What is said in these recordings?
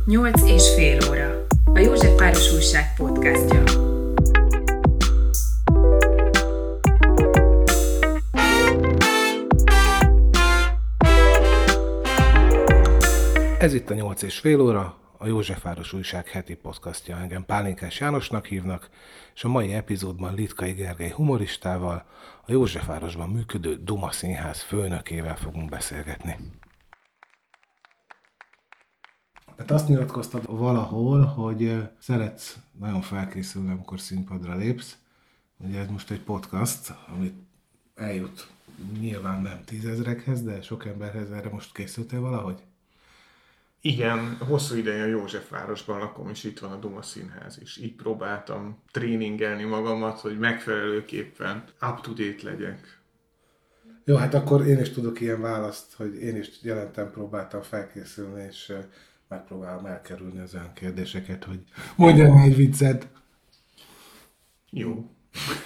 8,5 óra. A Józsefváros Újság podcastja. Ez itt a 8,5 óra, a Józsefváros Újság heti podcastja. Engem Pálinkás Jánosnak hívnak, és a mai epizódban Litkai Gergely humoristával, a Józsefvárosban működő Duma Színház főnökével fogunk beszélgetni. Tehát azt nyilatkoztad valahol, hogy szeretsz nagyon felkészülni, amikor színpadra lépsz. Ugye ez most egy podcast, amit eljut nyilván nem 10 000-ekhez, de sok emberhez. Erre most készültél valahogy? Igen, hosszú ideje a Józsefvárosban lakom, és itt van a Duma Színház is. Így próbáltam tréningelni magamat, hogy megfelelőképpen up-to-date legyek. Jó, hát akkor én is tudok ilyen választ, hogy én is jelentem próbáltam felkészülni, és megpróbálom elkerülni az olyan kérdéseket, hogy mondjam egy viccet. Jó.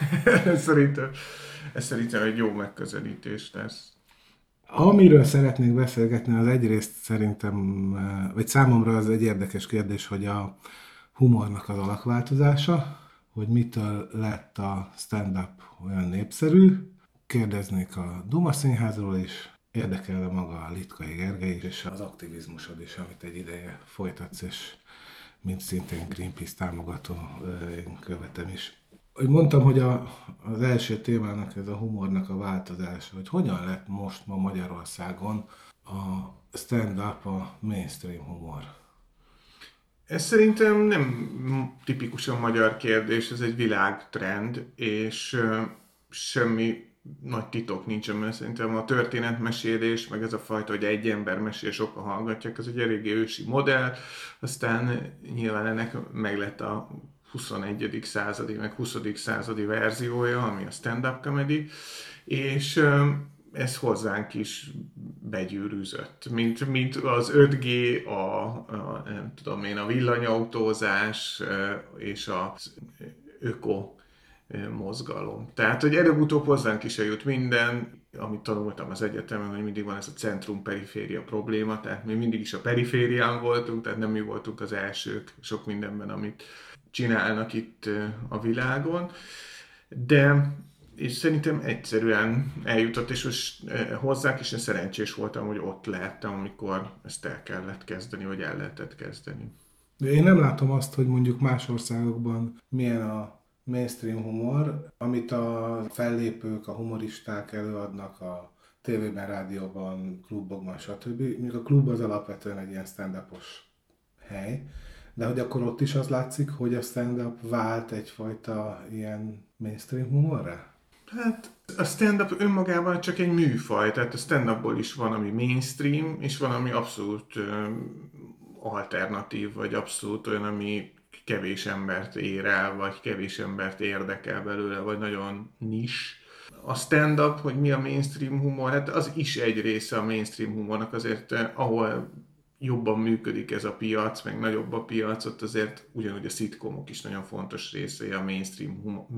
Ez szerintem egy jó megközelítés lesz. Amiről szeretnék beszélgetni, az egyrészt szerintem, vagy számomra az egy érdekes kérdés, hogy a humornak az alakváltozása, hogy mitől lett a stand-up olyan népszerű. Kérdeznék a Duma Színházról is, érdekel maga a Litkai Gergely és az aktivizmusod is, amit egy ideje folytatsz, és mint szintén Greenpeace támogató, én követem is. Hogy mondtam, hogy az első témának ez a humornak a változása, hogy hogyan lett most ma Magyarországon a stand-up a mainstream humor? Ez szerintem nem tipikusan magyar kérdés, ez egy világtrend, és semmi nagy titok nincsen, mert szerintem a történetmesélés, meg ez a fajta, hogy egy ember mesél, sokan hallgatják, ez egy eléggé ősi modell, aztán nyilván ennek meg lett a 21. századi, meg 20. századi verziója, ami a stand-up comedy, és ez hozzánk is begyűrűzött. Mint az 5G, nem tudom én, a villanyautózás és az öko mozgalom. Tehát, hogy előbb-utóbb hozzánk is eljut minden, amit tanultam az egyetemen, hogy mindig van ez a centrum-periféria probléma, tehát mi mindig is a periférián voltunk, tehát nem mi voltunk az elsők sok mindenben, amit csinálnak itt a világon, és szerintem egyszerűen eljutott, és most hozzák, és én szerencsés voltam, hogy ott lehettem, amikor ezt el kellett kezdeni, vagy el lehetett kezdeni. De én nem látom azt, hogy mondjuk más országokban milyen a mainstream humor, amit a fellépők, a humoristák előadnak a tévében, rádióban, klubokban, stb. Mondjuk a klub az alapvetően egy ilyen stand-upos hely, de hogy akkor ott is az látszik, hogy a stand-up vált egyfajta ilyen mainstream humorra? Hát a stand-up önmagában csak egy műfaj, tehát a stand-upból is van, ami mainstream, és van, ami abszolút alternatív, vagy abszolút olyan, ami kevés embert ér el, vagy kevés embert érdekel belőle, vagy nagyon nis. A stand-up, hogy mi a mainstream humor, hát az is egy része a mainstream humornak, azért ahol jobban működik ez a piac, meg nagyobb a piac, ott azért ugyanúgy a szitkomok is nagyon fontos részei a mainstream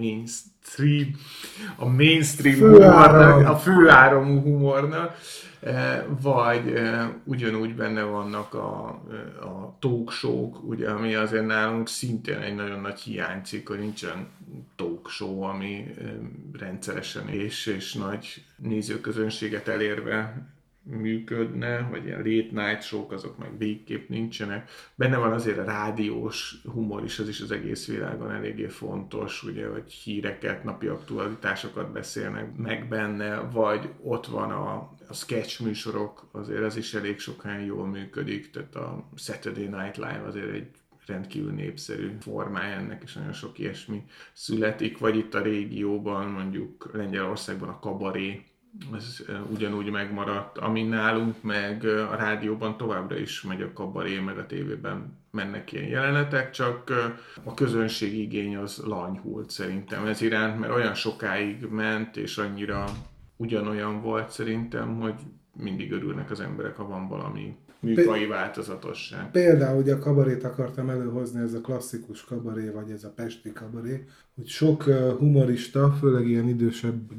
humornak, a főáramú humornak, vagy ugyanúgy benne vannak a talk show-k, ugye, ami azért nálunk szintén egy nagyon nagy hiányzik, hogy nincsen talk show, ami rendszeresen és nagy nézőközönséget elérve működne, vagy ilyen late night show-k, azok meg végképp nincsenek. Benne van azért a rádiós humor is, az is az egész világon eléggé fontos, ugye, hogy híreket, napi aktualitásokat beszélnek meg benne, vagy ott van a sketch műsorok, azért az is elég sok helyen jól működik, tehát a Saturday Night Live azért egy rendkívül népszerű formája ennek, és nagyon sok ilyesmi születik, vagy itt a régióban, mondjuk Lengyelországban a kabaré, ez ugyanúgy megmaradt, ami nálunk, meg a rádióban továbbra is megy a kabaré, meg a tévében mennek ilyen jelenetek, csak a közönség igény az lanyhult szerintem ez iránt, mert olyan sokáig ment, és annyira ugyanolyan volt szerintem, hogy mindig örülnek az emberek, ha van valami műfaji változatosság. Például ugye a kabarét akartam előhozni, ez a klasszikus kabaré, vagy ez a pesti kabaré, hogy sok humorista, főleg ilyen idősebb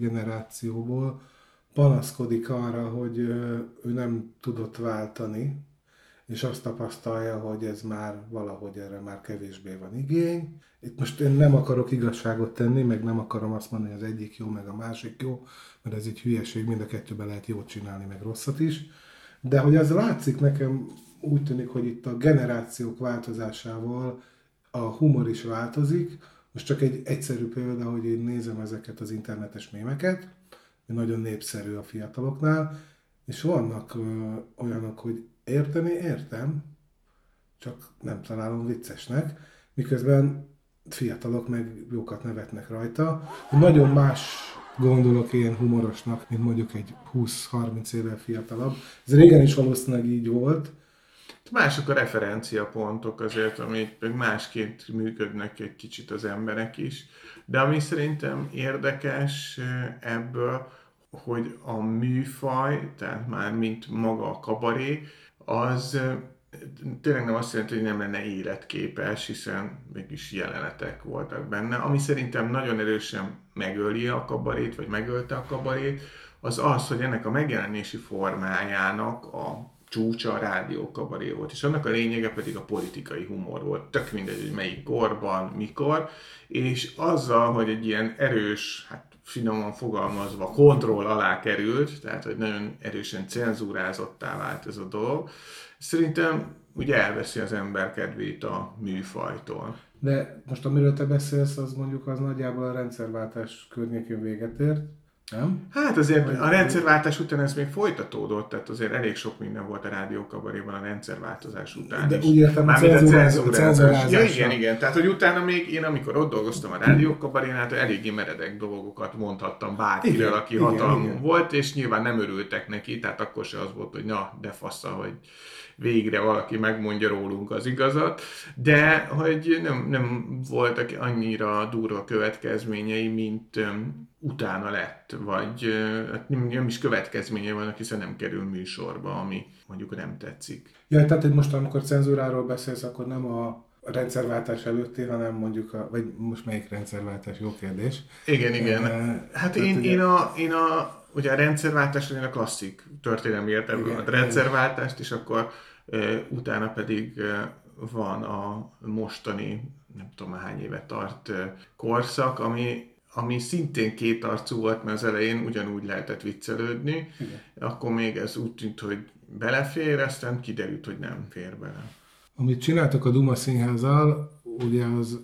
generációból panaszkodik arra, hogy ő nem tudott váltani, és azt tapasztalja, hogy ez már valahogy erre már kevésbé van igény. Itt most én nem akarok igazságot tenni, meg nem akarom azt mondani, hogy az egyik jó, meg a másik jó, mert ez egy hülyeség, mind a kettőben lehet jót csinálni, meg rosszat is. De hogy az látszik nekem, úgy tűnik, hogy itt a generációk változásával a humor is változik. Most csak egy egyszerű példa, hogy én nézem ezeket az internetes mémeket, nagyon népszerű a fiataloknál, és vannak olyanok, hogy érteni értem, csak nem találom viccesnek, miközben fiatalok meg jókat nevetnek rajta. Nagyon más gondolok én humorosnak, mint mondjuk egy 20-30 évvel fiatalabb. Ez régen is valószínűleg így volt. Mások a referenciapontok azért, amik másként működnek egy kicsit az emberek is. De ami szerintem érdekes ebből, hogy a műfaj, tehát már mint maga a kabaré, az tényleg nem azt jelenti, hogy nem lenne életképes, hiszen mégis jelenetek voltak benne. Ami szerintem nagyon erősen megöli a kabarét, vagy megölte a kabarét, az az, hogy ennek a megjelenési formájának a csúcsa a rádiókabaré volt, és annak a lényege pedig a politikai humor volt. Tök mindegy, hogy melyik korban, mikor, és azzal, hogy egy ilyen erős, hát finoman fogalmazva, kontroll alá került, tehát hogy nagyon erősen cenzúrázottá vált ez a dolog, szerintem ugye elveszi az ember kedvét a műfajtól. De most amiről te beszélsz, az mondjuk az nagyjából a rendszerváltás környékén véget ért, nem? Hát azért a rendszerváltás után ez még folytatódott, tehát azért elég sok minden volt a rádiókabaréban a rendszerváltozás után De is. úgy értem, a cenzúrázás. Ja, igen. Tehát, hogy utána még én, amikor ott dolgoztam a rádiókabarénál, eléggé meredek dolgokat mondhattam bárkiről, aki hatalmon volt, és nyilván nem örültek neki, tehát akkor se az volt, hogy na, de fassa, hogy végre valaki megmondja rólunk az igazat, de hogy nem voltak annyira durva következményei, mint utána lett, vagy nem is következményei vannak, hiszen nem kerül műsorba, ami mondjuk nem tetszik. Ja, tehát hogy most amikor cenzúráról beszélsz, akkor nem a rendszerváltás előtti, hanem mondjuk vagy most melyik rendszerváltás, jó kérdés. Igen. Hát ugye a rendszerváltás a klasszik történelmi értelemben a rendszerváltást, és akkor utána pedig van a mostani, nem tudom hány éve tart korszak, ami szintén kétarcú volt, mert az elején ugyanúgy lehetett viccelődni, igen. Akkor még ez úgy tűnt, hogy belefér, aztán kiderült, hogy nem fér bele. Amit csináltak a Duma Színházzal, ugye az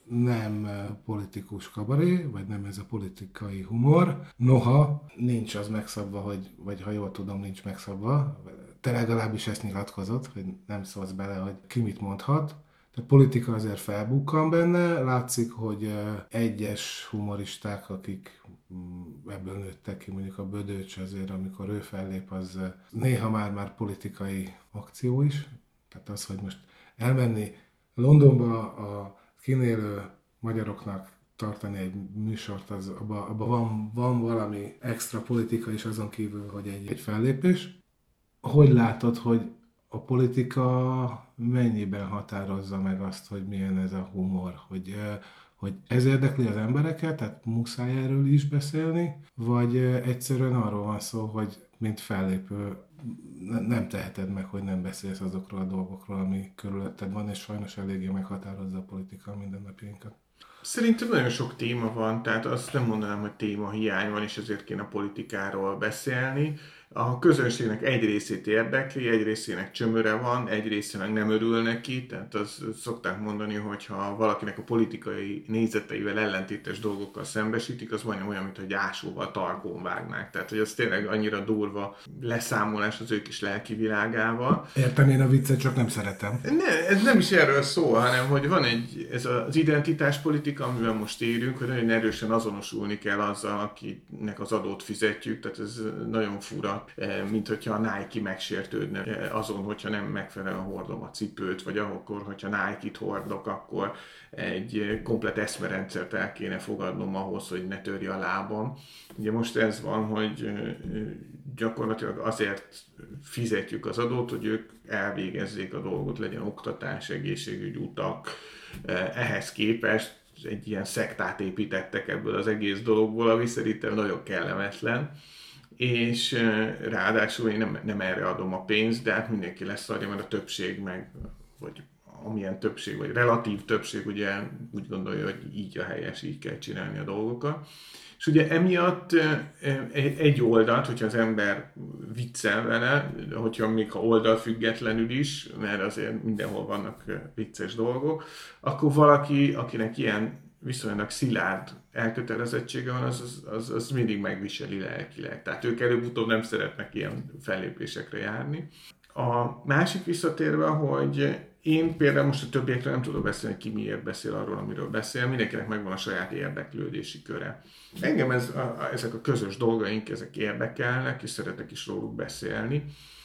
nem politikus kabaré, vagy nem ez a politikai humor. Noha nincs az megszabva, vagy ha jól tudom, nincs megszabva. Te legalábbis ezt nyilatkozott, hogy nem szólsz bele, hogy ki mit mondhat. A politika azért felbukkan benne, látszik, hogy egyes humoristák, akik ebből nőttek ki, mondjuk a Bödöcs azért, amikor ő fellép, az néha már politikai akció is. Tehát az, hogy most elmenni Londonba a kinélő magyaroknak tartani egy műsort, az abban van valami extra politika is azon kívül, hogy egy fellépés. Hogy látod, hogy a politika mennyiben határozza meg azt, hogy milyen ez a humor? Hogy ez érdekli az embereket, tehát muszáj erről is beszélni, vagy egyszerűen arról van szó, hogy mint fellépő nem teheted meg, hogy nem beszélsz azokról a dolgokról, ami körülötted van, és sajnos eléggé meghatározza a politika a mindennapjainkat. Szerintem nagyon sok téma van, tehát azt nem mondanám, hogy téma hiány van, és ezért kéne a politikáról beszélni. A közönségnek egy részét érdekli, egy részének csömöre van, egy része meg nem örül neki, tehát azt szokták mondani, hogy ha valakinek a politikai nézeteivel ellentétes dolgokkal szembesítik, az majdnem olyan, mint hogy ásóval tarkón vágnák. Tehát, hogy az tényleg annyira durva leszámolás az ő kis lelki világával. Értem én a viccet, csak nem szeretem. Ez nem is erről szól, hanem hogy van ez az identitáspolitika, amivel most érünk, hogy nagyon erősen azonosulni kell azzal, akinek az adót fizetjük, tehát ez nagyon fura, mint hogyha a Nike megsértődne azon, hogyha nem megfelelően hordom a cipőt, vagy akkor, hogyha Nike-t hordok, akkor egy komplet eszmerendszert el kéne fogadnom ahhoz, hogy ne törje a lábam. Ugye most ez van, hogy gyakorlatilag azért fizetjük az adót, hogy ők elvégezzék a dolgot, legyen oktatás, egészségügy, utak. Ehhez képest egy ilyen szektát építettek ebből az egész dologból, ami szerintem nagyon kellemetlen. és ráadásul én nem erre adom a pénzt, de hát mindenki leszarja, mert a többség meg, vagy amilyen többség, vagy relatív többség ugye úgy gondolja, hogy így a helyes, így kell csinálni a dolgokat. És ugye emiatt egy oldalt, hogyha az ember viccel vele, hogyha még ha oldalfüggetlenül is, mert azért mindenhol vannak vicces dolgok, akkor valaki, akinek ilyen viszonylag szilárd elkötelezettsége van, az mindig megviseli lelkileg. Tehát ők előbb-utóbb nem szeretnek ilyen fellépésekre járni. A másik visszatérve, hogy én például most a többiekről nem tudok beszélni, ki miért beszél arról, amiről beszél, mindenkinek megvan a saját érdeklődési köre. Engem ezek a közös dolgaink, ezek érdekelnek, és szeretek is róluk beszélni.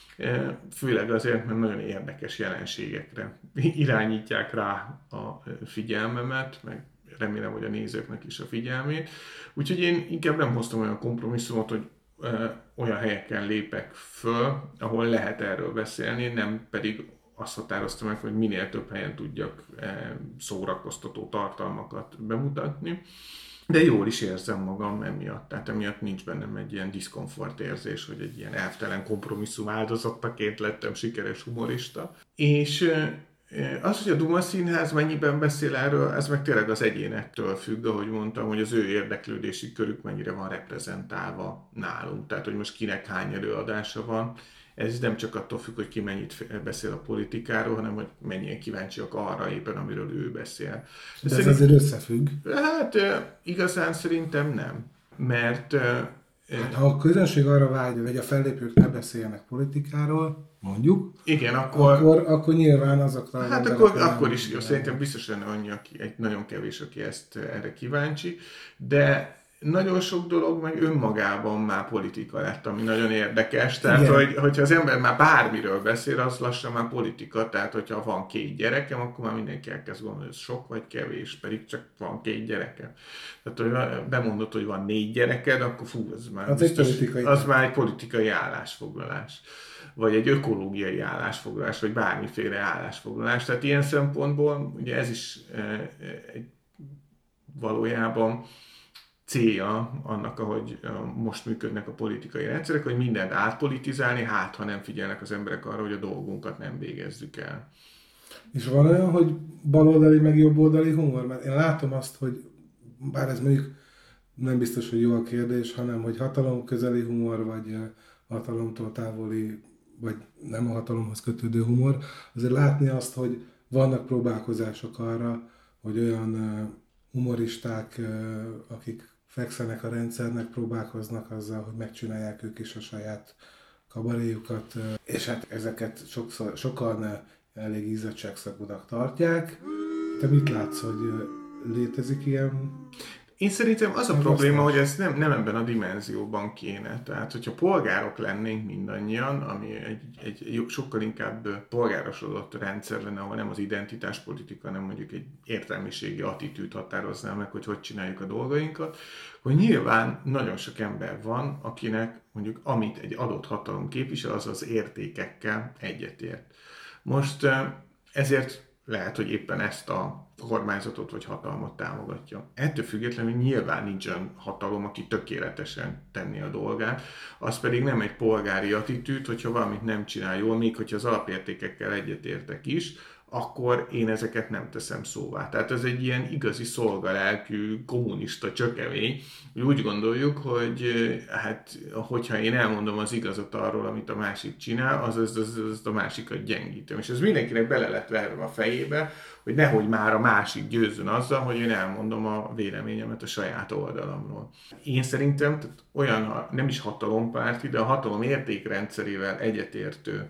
Főleg azért, mert nagyon érdekes jelenségekre irányítják rá a figyelmemet, meg remélem, hogy a nézőknek is a figyelmét. Úgyhogy én inkább nem hoztam olyan kompromisszumot, hogy olyan helyeken lépek föl, ahol lehet erről beszélni, nem pedig azt határoztam meg, hogy minél több helyen tudjak szórakoztató tartalmakat bemutatni. De jól is érzem magam emiatt, tehát emiatt nincs bennem egy ilyen diszkomfort érzés, hogy egy ilyen elvtelen kompromisszum áldozattaként lettem sikeres humorista. És az, hogy a Duma Színház mennyiben beszél erről, ez meg tényleg az egyénektől függ, ahogy mondtam, hogy az ő érdeklődési körük mennyire van reprezentálva nálunk. Tehát, hogy most kinek hány előadása van. Ez nem csak attól függ, hogy ki mennyit beszél a politikáról, hanem hogy mennyien kíváncsiak arra éppen, amiről ő beszél. De ez azért összefügg. Hát igazán szerintem nem. Mert hát, ha a közönség arra vágy, hogy a fellépők ne beszéljenek politikáról, mondjuk, igen, akkor nyilván azokra... Hát akkor is, szerintem biztos lenne annyi, egy nagyon kevés, aki erre kíváncsi, de nagyon sok dolog meg önmagában már politika lett, ami nagyon érdekes. Tehát, hogyha az ember már bármiről beszél, az lassan már politika. Tehát, hogyha van 2 gyerekem, akkor már mindenki elkezd gondolni, hogy ez sok vagy kevés, pedig csak van 2 gyerekem. Tehát, hogy bemondod, hogy van 4 gyereked, akkor az már egy politikai állásfoglalás. Vagy egy ökológiai állásfoglalás, vagy bármiféle állásfoglalás. Tehát ilyen szempontból ugye ez is valójában célja annak, ahogy most működnek a politikai rendszerek, hogy mindent átpolitizálni, hát ha nem figyelnek az emberek arra, hogy a dolgunkat nem végezzük el. És van olyan, hogy baloldali meg jobboldali humor? Mert én látom azt, hogy bár ez mondjuk nem biztos, hogy jó a kérdés, hanem hogy hatalom közeli humor, vagy hatalomtól távoli, vagy nem a hatalomhoz kötődő humor, azért látni azt, hogy vannak próbálkozások arra, hogy olyan humoristák, akik fekszenek a rendszernek, próbálkoznak azzal, hogy megcsinálják ők is a saját kabaréjukat, és hát ezeket sokan elég ízadságszagúnak tartják. Te mit látsz, hogy létezik ilyen? Én szerintem az a probléma, hogy ez nem ebben a dimenzióban kéne. Tehát, hogyha polgárok lennénk mindannyian, ami egy sokkal inkább polgárosodott rendszer lenne, ahol nem az identitáspolitika, hanem mondjuk egy értelmiségi attitűd határozná meg, hogy csináljuk a dolgainkat, hogy nyilván nagyon sok ember van, akinek mondjuk amit egy adott hatalom képvisel, az az értékekkel egyetért. Most ezért lehet, hogy éppen ezt a kormányzatot vagy hatalmat támogatja. Ettől függetlenül nyilván nincsen hatalom, aki tökéletesen tenni a dolgát, az pedig nem egy polgári attitűd, hogyha valamit nem csinál jól, még hogyha az alapértékekkel egyetértek is, akkor én ezeket nem teszem szóvá. Tehát ez egy ilyen igazi szolgalelkű, kommunista csökevény. Úgy gondoljuk, hogy hát, hogyha én elmondom az igazat arról, amit a másik csinál, az a másikat gyengítem. És ez mindenkinek bele lett verve a fejébe, hogy nehogy már a másik győzzön azzal, hogy én elmondom a véleményemet a saját oldalamról. Én szerintem olyan, nem is hatalompárti, de a hatalom értékrendszerével egyetértő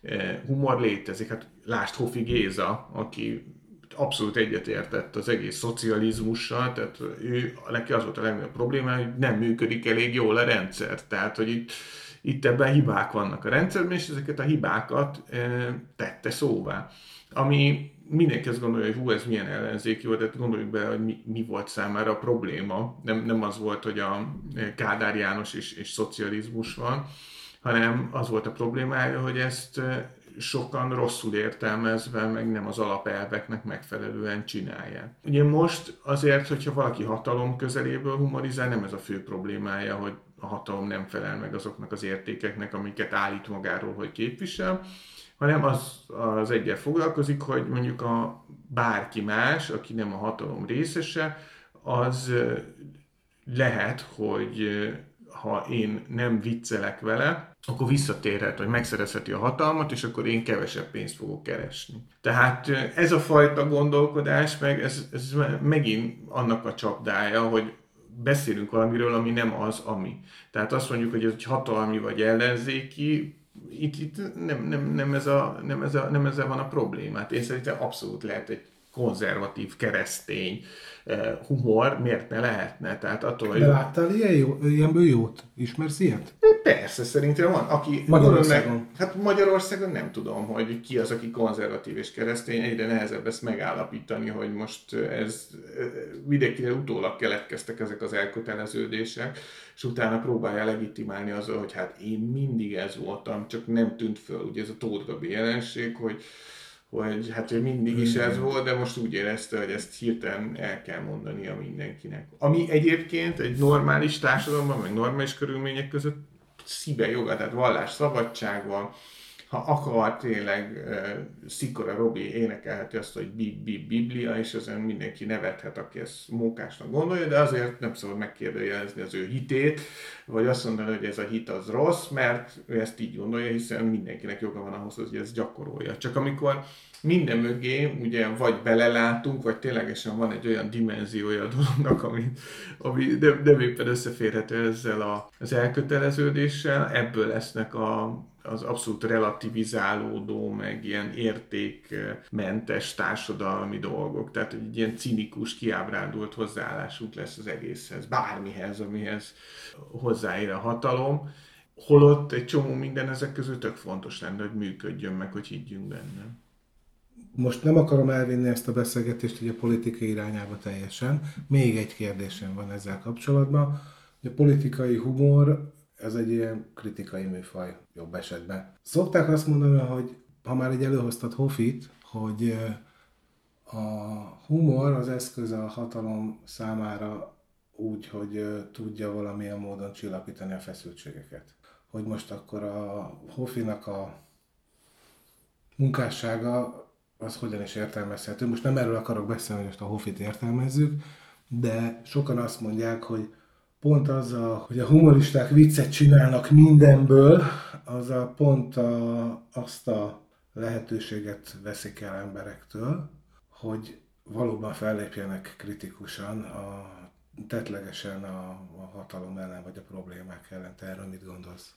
humor létezik. Hát lásd Hofi Géza, aki abszolút egyetértett az egész szocializmussal, tehát neki az volt a legnagyobb probléma, hogy nem működik elég jól a rendszer. Tehát, hogy itt ebben hibák vannak a rendszerben, és ezeket a hibákat tette szóvá. Ami mindenki azt gondolja, hogy ez milyen ellenzéki volt, tehát gondoljuk bele, hogy mi volt számára a probléma. Nem az volt, hogy a Kádár János és szocializmus van, hanem az volt a problémája, hogy ezt sokan rosszul értelmezve, meg nem az alapelveknek megfelelően csinálják. Ugye most azért, hogyha valaki hatalom közeléből humorizál, nem ez a fő problémája, hogy a hatalom nem felel meg azoknak az értékeknek, amiket állít magáról, hogy képvisel, hanem az egyel foglalkozik, hogy mondjuk bárki más, aki nem a hatalom részese, az lehet, hogy ha én nem viccelek vele, akkor visszatérhet, hogy megszerezheti a hatalmat, és akkor én kevesebb pénzt fogok keresni. Tehát ez a fajta gondolkodás, meg ez megint annak a csapdája, hogy beszélünk valamiről, ami nem az, ami. Tehát azt mondjuk, hogy ez egy hatalmi vagy ellenzéki, itt nem ezzel van a problémát. Én szerintem abszolút lehet egy konzervatív, keresztény humor, miért ne lehetne? Tehát attól, hogy... De láttál ilyenből jót? Ismersz ilyet? Persze, szerintem van. Aki Magyarországon? Hát Magyarországon nem tudom, hogy ki az, aki konzervatív és keresztény. Egyre nehezebb ezt megállapítani, hogy most ez mindenkinél utólag keletkeztek ezek az elköteleződések, és utána próbálja legitimálni azzal, hogy hát én mindig ez voltam, csak nem tűnt föl. Ugye ez a Tóth Gabi jelenség, hogy hát ő mindig is ez volt, de most úgy érezte, hogy ezt hirtelen el kell mondania mindenkinek. Ami egyébként egy normális társadalomban, meg normális körülmények között szíve joga, tehát vallásszabadság van. Ha akar, tényleg Szikora Robi énekelheti azt, hogy Biblia, és ezen mindenki nevethet, aki ezt mókásnak gondolja, de azért nem szabad megkérdőjelezni az ő hitét, vagy azt mondani, hogy ez a hit az rossz, mert ő ezt így gondolja, hiszen mindenkinek joga van ahhoz, hogy ezt gyakorolja. Csak amikor minden mögé ugye vagy belelátunk, vagy ténylegesen van egy olyan dimenziója a dolognak, ami nem éppen összeférhető ezzel az elköteleződéssel, ebből lesznek az abszolút relativizálódó, meg ilyen értékmentes társadalmi dolgok. Tehát egy ilyen cinikus, kiábrándult hozzáállásunk lesz az egészhez, bármihez, amihez hozzáér a hatalom. Holott egy csomó minden ezek közül tök fontos lenne, hogy működjön meg, hogy higgyünk benne. Most nem akarom elvinni ezt a beszélgetést ugye a politikai irányába teljesen. Még egy kérdésem van ezzel kapcsolatban. A politikai humor, ez egy ilyen kritikai műfaj jobb esetben. Szokták azt mondani, hogy ha már így előhoztad Hofit, hogy a humor az eszköz a hatalom számára úgy, hogy tudja valamilyen módon csillapítani a feszültségeket. Hogy most akkor a Hofinak a munkássága az hogyan is értelmezhető. Most nem erről akarok beszélni, hogy most a Hofit értelmezzük, de sokan azt mondják, hogy pont azzal, hogy a humoristák viccet csinálnak mindenből, azzal pont azt a lehetőséget veszik el emberektől, hogy valóban fellépjenek kritikusan, tettlegesen a hatalom ellen, vagy a problémák ellen. Te erről mit gondolsz?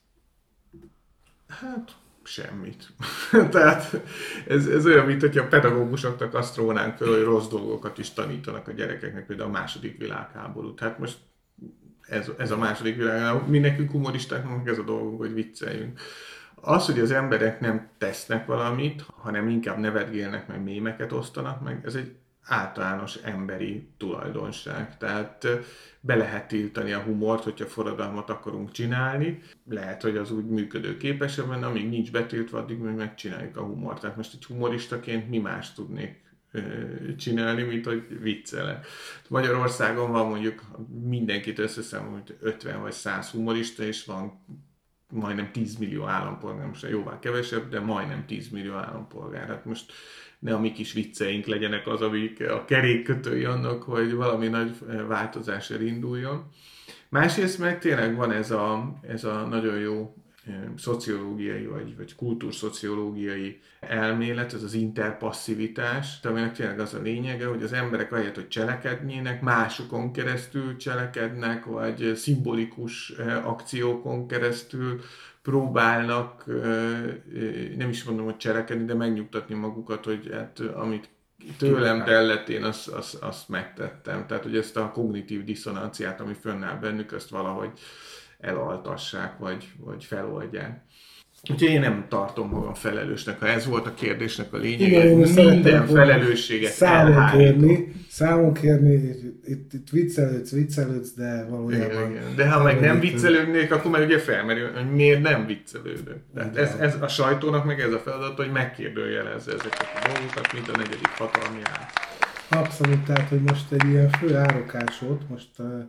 Hát... semmit. Tehát ez olyan, mint hogyha a pedagógusoknak azt rónánk fel, hogy rossz dolgokat is tanítanak a gyerekeknek, például a második világháborút. Hát most ez a második világháború, mi nekünk humoristáknak ez a dolgunk, hogy vicceljünk. Az, hogy az emberek nem tesznek valamit, hanem inkább nevetgélnek, meg mémeket osztanak meg, ez egy általános emberi tulajdonság. Tehát be lehet tiltani a humort, hogyha forradalmat akarunk csinálni. Lehet, hogy az úgy működőképesebb lenne, amíg nincs betiltva, addig mi megcsináljuk a humort. Tehát most egy humoristaként mi más tudnék csinálni, mint hogy viccelek. Magyarországon van mondjuk mindenkit összeszámolom, hogy 50 vagy 100 humorista, és van majdnem 10 millió állampolgár, most jóval kevesebb, de majdnem 10 millió állampolgár. Hát most ne a mi kis vicceink legyenek az, amik a kerékkötői annak, hogy valami nagy változás elinduljon. Másrészt meg tényleg van ez a nagyon jó szociológiai vagy kultúrszociológiai elmélet, ez az interpasszivitás, aminek tényleg az a lényege, hogy az emberek ahelyett, hogy cselekednének, másokon keresztül cselekednek, vagy szimbolikus akciókon keresztül próbálnak, nem is mondom, hogy cselekedni, de megnyugtatni magukat, hogy hát amit tőlem tellett, én azt megtettem. Tehát, hogy ezt a kognitív diszonanciát, ami fönnáll bennük, ezt valahogy elaltassák, vagy feloldják. Úgyhogy én nem tartom magam felelősnek, ha ez volt a kérdésnek a lényege, minden felelősséget elhárítom. Számon kérni, itt viccelődsz, de valójában... Igen. De ha meg nem viccelődnék, akkor meg ugye felmerül, hogy miért nem viccelődök. Tehát ez a sajtónak meg ez a feladat, hogy megkérdőjelezze ezeket a dolgokat, mint a negyedik hatalmi áll. Abszolút, tehát, hogy most egy ilyen fő árokásot, most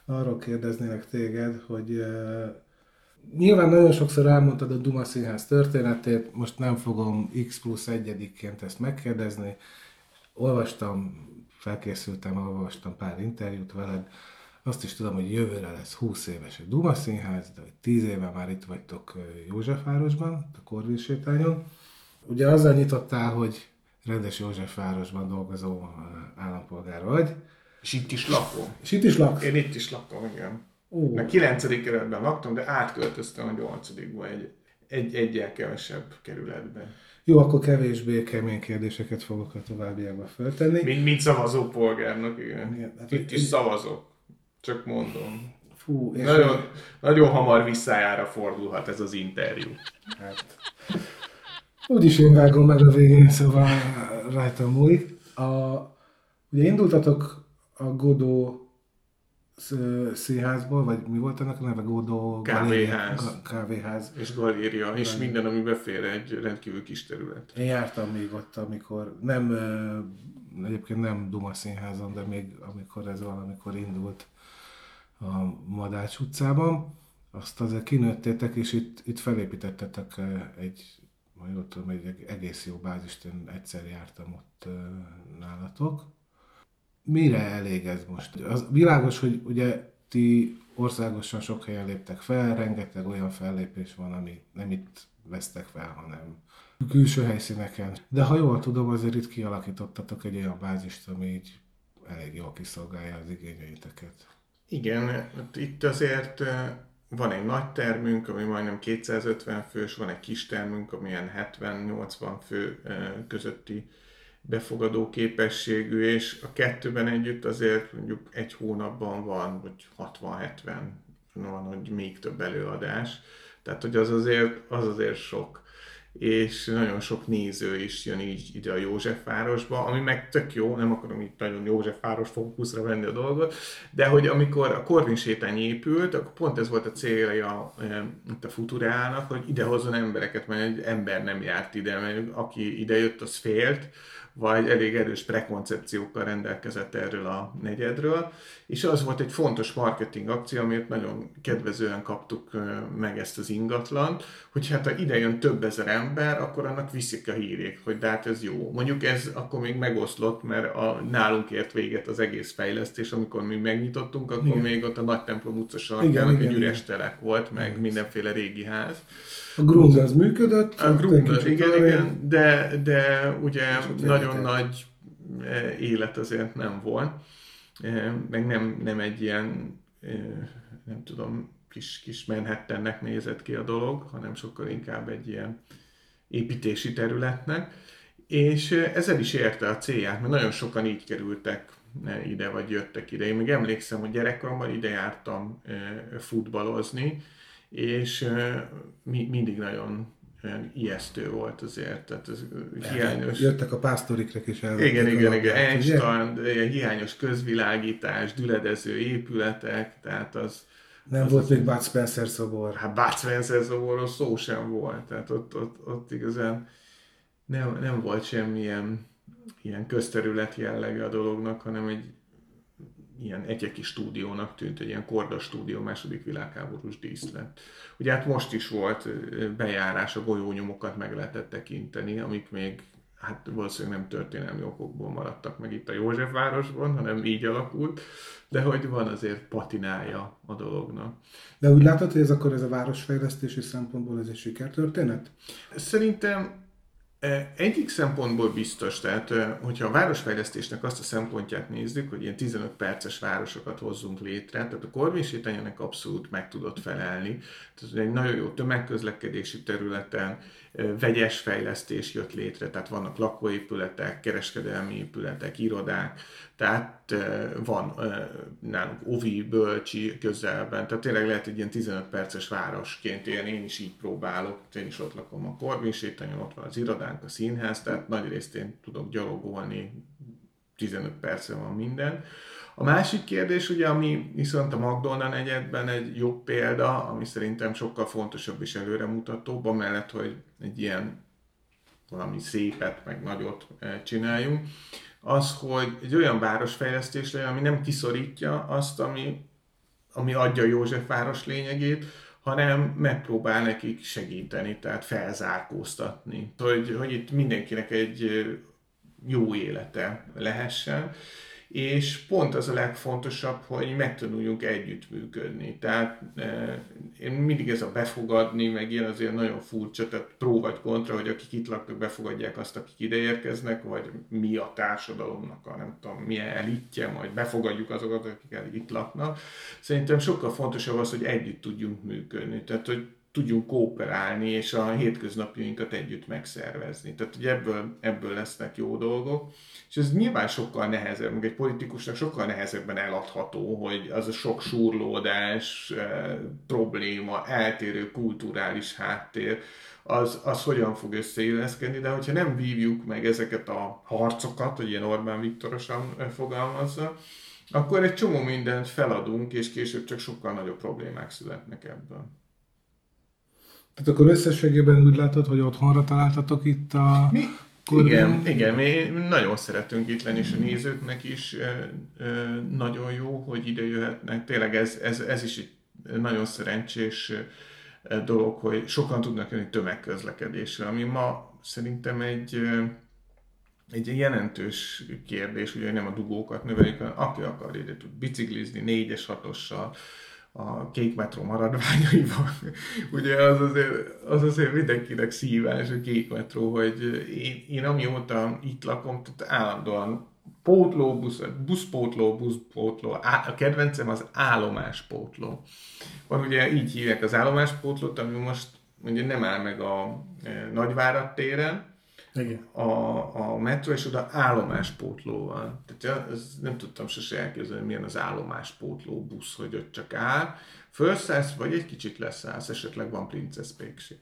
arról kérdeznélek téged, hogy nyilván nagyon sokszor elmondtad a Duma Színház történetét, most nem fogom X+1-ként ezt megkérdezni. Olvastam pár interjút veled, azt is tudom, hogy jövőre lesz 20 éves a Duma Színház, de hogy 10 éve már itt vagytok Józsefvárosban, a Korvin sétányon. Ugye azzal nyitottál, hogy rendes Józsefvárosban dolgozó állampolgár vagy. És itt is lakom. És itt is laksz? Én itt is lakom, igen. A 9. kerületben laktam, de átköltöztem a 8-ba egyel kevesebb kerületben. Jó, akkor kevésbé kemény kérdéseket fogok a továbbiakban föltenni. Mint szavazópolgárnak, igen. Igen, hát itt is szavazok. Csak mondom. Fú, és nagyon hamar visszájára fordulhat ez az interjú. hát, úgyis én vágom meg a végén, szóval rajtam múlik. Ugye indultatok a Godó színházból, vagy mi volt ennek a neve? Godó kávéház. És galéria, és minden, ami befér egy rendkívül kis terület. Én jártam még ott, amikor egyébként nem Duma Színházon, de még amikor ez valamikor indult a Madács utcában. Azt azért kinőttétek, és itt felépítettetek majd jól tudom, egy egész jó bázist, én egyszer jártam ott nálatok. Mire elég ez most? Az világos, hogy ugye ti országosan sok helyen léptek fel, rengeteg olyan fellépés van, ami nem itt vesztek fel, hanem külső helyszíneken. De ha jól tudom, azért itt kialakítottatok egy olyan bázist, ami így elég jól kiszolgálja az igényeiteket. Igen, itt azért van egy nagy termünk, ami majdnem 250 fős, van egy kis termünk, ami ilyen 70-80 fő közötti befogadó képességű, és a kettőben együtt azért mondjuk egy hónapban van, vagy 60-70, van, hogy még több előadás. Tehát, hogy az azért sok. És nagyon sok néző is jön így ide a Józsefvárosba, ami meg tök jó, nem akarom itt nagyon Józsefváros fókuszra venni a dolgot, de hogy amikor a Korvin sétány épült, akkor pont ez volt a célja a Futurának, hogy idehozzon embereket, mert egy ember nem járt ide, mert aki idejött, az félt, vagy elég erős prekoncepciókkal rendelkezett erről a negyedről, és az volt egy fontos marketing akció, amit nagyon kedvezően kaptuk meg ezt az ingatlant, hogy hát ha ide jön több ezer ember, akkor annak viszik a hírét, hogy de hát ez jó. Mondjuk ez akkor még megoszlott, mert nálunk ért véget az egész fejlesztés, amikor mi megnyitottunk, akkor igen. Még ott a Nagy Templom utca sarkjának egy üres telek volt, meg igen. Mindenféle régi ház. A Grund az működött? A Grund az, igen, de ugye nagyon nagy élet azért nem volt, meg nem egy ilyen, nem tudom, kis Manhattannek nézett ki a dolog, hanem sokkal inkább egy ilyen építési területnek, és ezzel is érte a célját, mert nagyon sokan így kerültek ide, vagy jöttek ide. Én még emlékszem, hogy gyerekkoromban ide jártam futballozni, és mindig nagyon ijesztő volt azért, tehát ez hiányos. Jöttek a pásztorikrek is el. Igen, Einstein, hiányos közvilágítás, düledező épületek, tehát az... Nem volt még Bud Spencer szobor. Hát Bud Spencer szoborról szó sem volt, tehát ott igazán nem volt semmilyen ilyen közterület jellege a dolognak, hanem egy ilyen egyeki stúdiónak tűnt, egy ilyen Korda stúdió, második világháborús díszlet. Ugye hát most is volt bejárás, a golyónyomokat meg lehetett tekinteni, amik még hát valószínűleg nem történelmi okokból maradtak meg itt a Józsefvárosban, hanem így alakult, de hogy van azért patinája a dolognak. De úgy látod, hogy ez a városfejlesztési szempontból ez egy sikertörténet? Szerintem egyik szempontból biztos, tehát hogyha a városfejlesztésnek azt a szempontját nézzük, hogy ilyen 15 perces városokat hozzunk létre, tehát a Korvin sétány ennek abszolút meg tudott felelni. Tehát egy nagyon jó tömegközlekedési területen vegyes fejlesztés jött létre, tehát vannak lakóépületek, kereskedelmi épületek, irodák, tehát van nálunk ovi, bölcsi közelben, tehát tényleg lehet egy ilyen 15 perces városként élni, én is így próbálok, én is ott lakom a Korvin sétányon, ott van az irodánk, a színház, tehát nagy részt én tudok gyalogolni, 15 percre van minden. A másik kérdés, ugye, ami viszont a Magdolna negyedben egy jobb példa, ami szerintem sokkal fontosabb és előremutatóbb, amellett, hogy egy ilyen valami szépet, meg nagyot csináljunk, az, hogy egy olyan városfejlesztés legyen, ami nem kiszorítja azt, ami ami adja Józsefváros lényegét, hanem megpróbál nekik segíteni, tehát felzárkóztatni, hogy itt mindenkinek egy jó élete lehessen, és pont az a legfontosabb, hogy megtanuljunk együttműködni. Tehát én mindig ez a befogadni, meg ilyen azért nagyon furcsa, tehát pró vagy kontra, hogy akik itt laknak, befogadják azt, akik ide érkeznek, vagy mi a társadalomnak a nem tudom milyen elitje, majd befogadjuk azokat, akik itt laknak. Szerintem sokkal fontosabb az, hogy együtt tudjunk működni. Tehát, hogy tudjunk kooperálni, és a hétköznapjainkat együtt megszervezni. Tehát, hogy ebből lesznek jó dolgok. És ez nyilván sokkal nehezebb, meg egy politikusnak sokkal nehezebben eladható, hogy az a sok súrlódás, probléma, eltérő kulturális háttér, az hogyan fog összeilleszkedni, de hogyha nem vívjuk meg ezeket a harcokat, hogy ilyen Orbán Viktorosan fogalmazza, akkor egy csomó mindent feladunk, és később csak sokkal nagyobb problémák születnek ebből. Tehát akkor összességében úgy látod, hogy otthonra találtatok itt a... Igen, mi nagyon szeretünk itt lenni, és a nézőknek is nagyon jó, hogy ide jöhetnek. Tényleg ez is egy nagyon szerencsés dolog, hogy sokan tudnak jönni tömegközlekedésre, ami ma szerintem egy jelentős kérdés, ugye nem a dugókat növelik, hanem aki akar ide tud biciklizni 4-es, 6-ossal, a kék metró maradványaival. Ugye az azért mindenkinek szívás a kék metró, hogy én amióta itt lakom, tehát állandóan buszpótló, a kedvencem az állomáspótló. Van ugye így hívják az állomáspótlót, ami most ugye nem áll meg a Nagyvárad téren, igen. A metró, és oda állomáspótló van. Tehát nem tudtam sose elképzelni, milyen az állomáspótló busz, hogy ott csak áll. Fölszállsz, vagy egy kicsit leszállsz, esetleg van princeszpékség.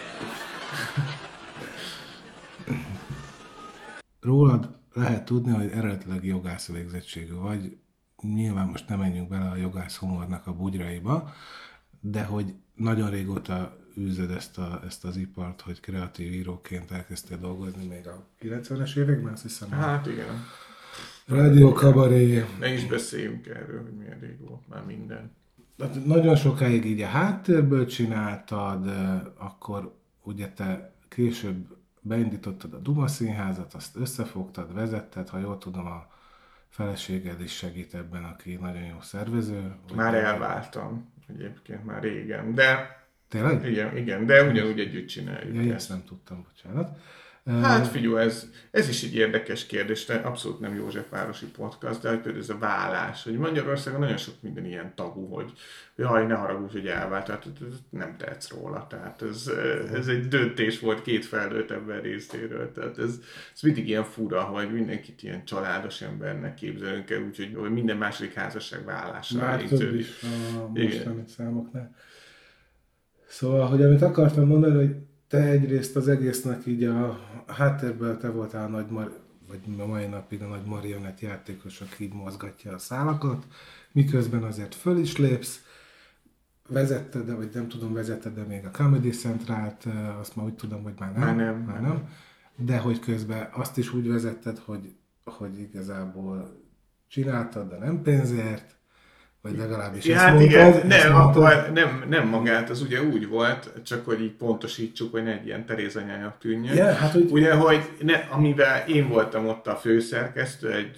Rólad lehet tudni, hogy eredetileg jogász végzettségű vagy. Nyilván most nem menjünk bele a jogász humornak a bugyraiba, de hogy nagyon régóta űzöd ezt az ipart, hogy kreatív íróként elkezdtél dolgozni még a 90-es években, azt hiszem. Hát igen. Rádió, kabaré. Ne is beszéljünk erről, hogy milyen rég volt már minden. Nagyon sokáig így a háttérből csináltad, akkor ugye te később beindítottad a Duma Színházat, azt összefogtad, vezetted, ha jól tudom, a feleséged is segít ebben, aki nagyon jó szervező. Már elváltam egyébként már régen, de... Tényleg? Igen, de ugyanúgy együtt csináljuk. Ja, ezt nem tudtam, bocsánat. Hát figyelj, ez is egy érdekes kérdés, de abszolút nem Józsefvárosi podcast, de hogy például ez a vállás, hogy Magyarországon nagyon sok minden ilyen tabu, hogy jaj, ne haragudj, hogy elvált, tehát nem tehetsz róla, tehát ez egy döntés volt két felnőtt ember részéről, tehát ez mindig ilyen fura, hogy mindenkit ilyen családos embernek képzelünk el, úgyhogy minden második házasság vállással már több is a mostani számoknál. Szóval, hogy amit akartam mondani, hogy te egyrészt az egésznek így a háttérből te voltál a vagy a mai napig a nagy marionett játékos, aki így mozgatja a szálakat, miközben azért föl is lépsz, vezetted, vagy nem tudom, vezetted-e még a Comedy Centralt, azt már úgy tudom, hogy már nem. De hogy közben azt is úgy vezetted, hogy igazából csináltad, de nem pénzért, vagy legalábbis ja, ezt hát mondtad. igen, nem magát, az ugye úgy volt, csak hogy így pontosítsuk, hogy ne egy ilyen terézanyának tűnjön. Ja, hát úgy... Ugye, hogy amivel én voltam ott a főszerkesztő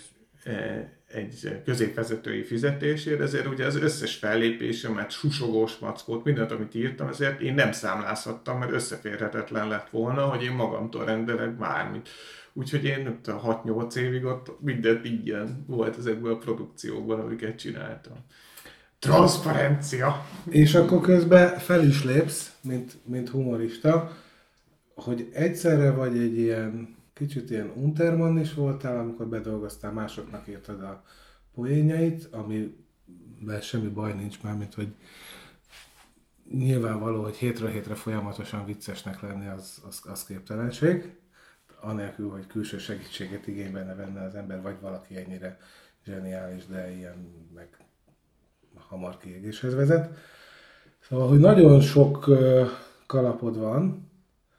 egy középvezetői fizetésért, ezért ugye az összes fellépésemet, susogós mackót, mindent, amit írtam, ezért én nem számlázhattam, mert összeférhetetlen lett volna, hogy én magamtól rendelek bármit. Úgyhogy én 6-8 évig ott mindent ilyen volt ezekből a produkciókban, amiket csináltam. Transzparencia! És akkor közben fel is lépsz, mint humorista, hogy egyszerre vagy egy ilyen, kicsit ilyen untermann is voltál, amikor bedolgoztál, másoknak írtad a poénjait, amiben semmi baj nincs már, mint hogy nyilvánvaló, hogy hétről hétre folyamatosan viccesnek lenni, az képtelenség. Anélkül, hogy külső segítséget igénybe ne venne az ember, vagy valaki ennyire zseniális, de ilyen meg hamar kiégéshez vezet. Szóval, hogy nagyon sok kalapod van,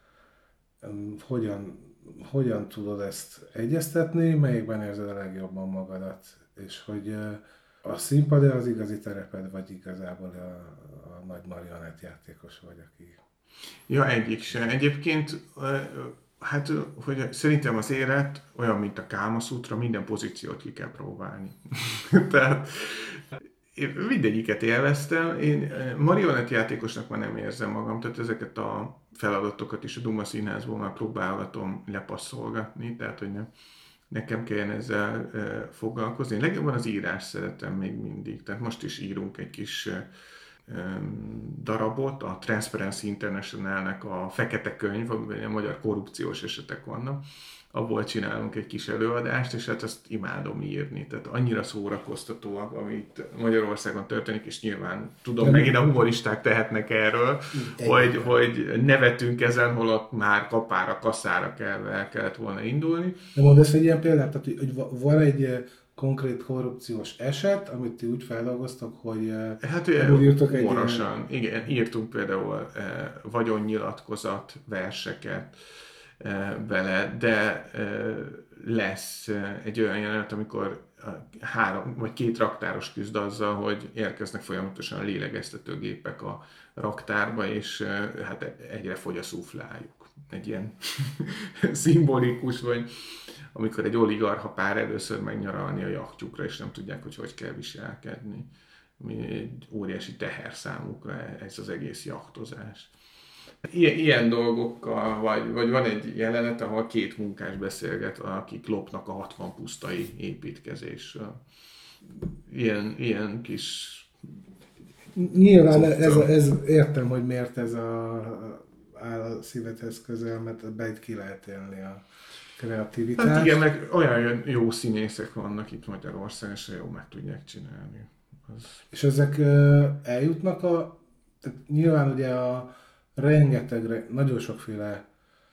hogyan tudod ezt egyeztetni, melyikben érzed a legjobban magadat, és hogy A színpad az igazi tereped, vagy igazából a nagy marionett játékos vagy, aki... Ja, egyik se. Egyébként, hát, hogy szerintem az élet olyan, mint a Kámaszútra, minden pozíciót ki kell próbálni. Tehát én mindegyiket élveztem. Én marionett játékosnak már nem érzem magam, tehát ezeket a feladatokat is a Duma Színházból már próbálgatom lepasszolgatni, tehát hogy nekem kelljen ezzel foglalkozni. Én legjobban az írás szeretem még mindig, tehát most is írunk egy kis darabot, a Transparency International-nek a Fekete könyv, amiben a magyar korrupciós esetek vannak. Abból csinálunk egy kis előadást, és hát azt imádom írni. Tehát annyira szórakoztatóak, amit Magyarországon történik, és nyilván tudom, megint a humoristák tehetnek erről, hogy nevetünk ezen, holott már kapára, kaszára kellett volna indulni. De mondasz egy ilyen példát, tehát, hogy van egy konkrét korrupciós eset, amit ti úgy feldolgoztak, hogy hát írtok egy humorosan. Igen, írtunk például vagyonnyilatkozat verseket bele, de lesz egy olyan jelenet, amikor 3 vagy 2 raktáros küzd azzal, hogy érkeznek folyamatosan a lélegeztetőgépek a raktárba, és hát egyre fogy a szuflájuk. Egy ilyen szimbolikus, vagy amikor egy oligarcha pár először megnyaralni a jachtjukra, és nem tudják, hogy kell viselkedni. Egy óriási teher számukra ez az egész jachtozás. Ilyen dolgokkal, vagy van egy jelenet, ahol 2 munkás beszélget, akik lopnak a 60 pusztai építkezésről. Ilyen kis... Nyilván ez értem, hogy miért ez áll a szívedhez közel, mert be ki lehet élni a kreativitást. Hát igen, meg olyan jó színészek vannak itt Magyarországon, és jó meg tudják csinálni. És ezek eljutnak tehát nyilván ugye rengeteg, nagyon sokféle